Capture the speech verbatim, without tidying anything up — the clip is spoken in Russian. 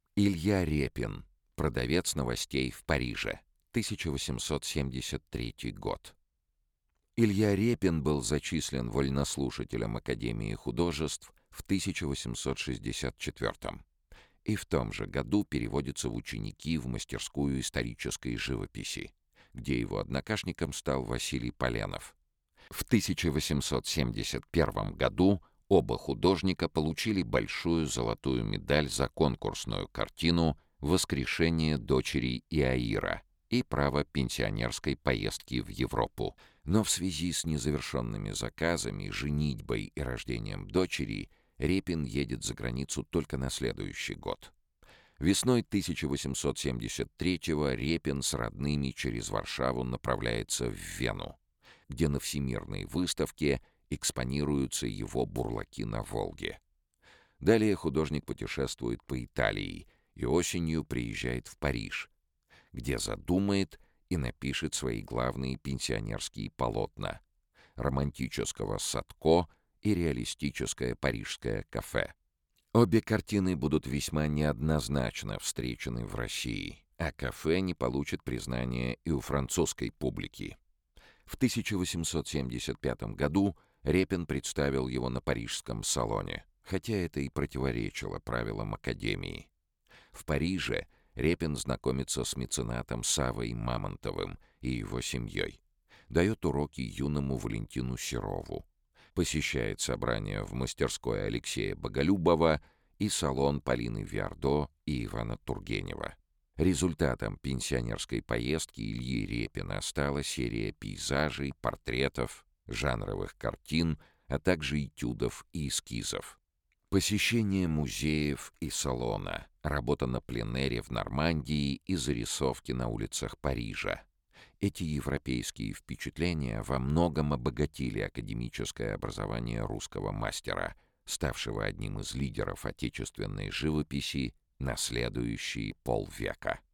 Илья Репин. Продавец новостей в Париже. тысяча восемьсот семьдесят третий год. Илья Репин был зачислен вольнослушателем Академии художеств в тысяча восемьсот шестьдесят четвёртом и в том же году переводится в ученики в мастерскую исторической живописи, где его однокашником стал Василий Поленов. В тысяча восемьсот семьдесят первом году оба художника получили большую золотую медаль за конкурсную картину «Воскрешение дочери Иаира» и право пенсионерской поездки в Европу. Но в связи с незавершенными заказами, женитьбой и рождением дочери Репин едет за границу только на следующий год. Весной тысяча восемьсот семьдесят третьего Репин с родными через Варшаву направляется в Вену, где на Всемирной выставке экспонируются его бурлаки на Волге. Далее художник путешествует по Италии и осенью приезжает в Париж, где задумает и напишет свои главные пенсионерские полотна — романтического Садко и реалистическое парижское кафе. Обе картины будут весьма неоднозначно встречены в России, а кафе не получит признания и у французской публики. В тысяча восемьсот семьдесят пятом году Репин представил его на парижском салоне, хотя это и противоречило правилам Академии. В Париже Репин знакомится с меценатом Саввой Мамонтовым и его семьей, дает уроки юному Валентину Серову, посещает собрания в мастерской Алексея Боголюбова и салон Полины Виардо и Ивана Тургенева. Результатом пенсионерской поездки Ильи Репина стала серия пейзажей, портретов, жанровых картин, а также этюдов и эскизов. Посещение музеев и салона, работа на пленэре в Нормандии и зарисовки на улицах Парижа. Эти европейские впечатления во многом обогатили академическое образование русского мастера, ставшего одним из лидеров отечественной живописи на следующие полвека.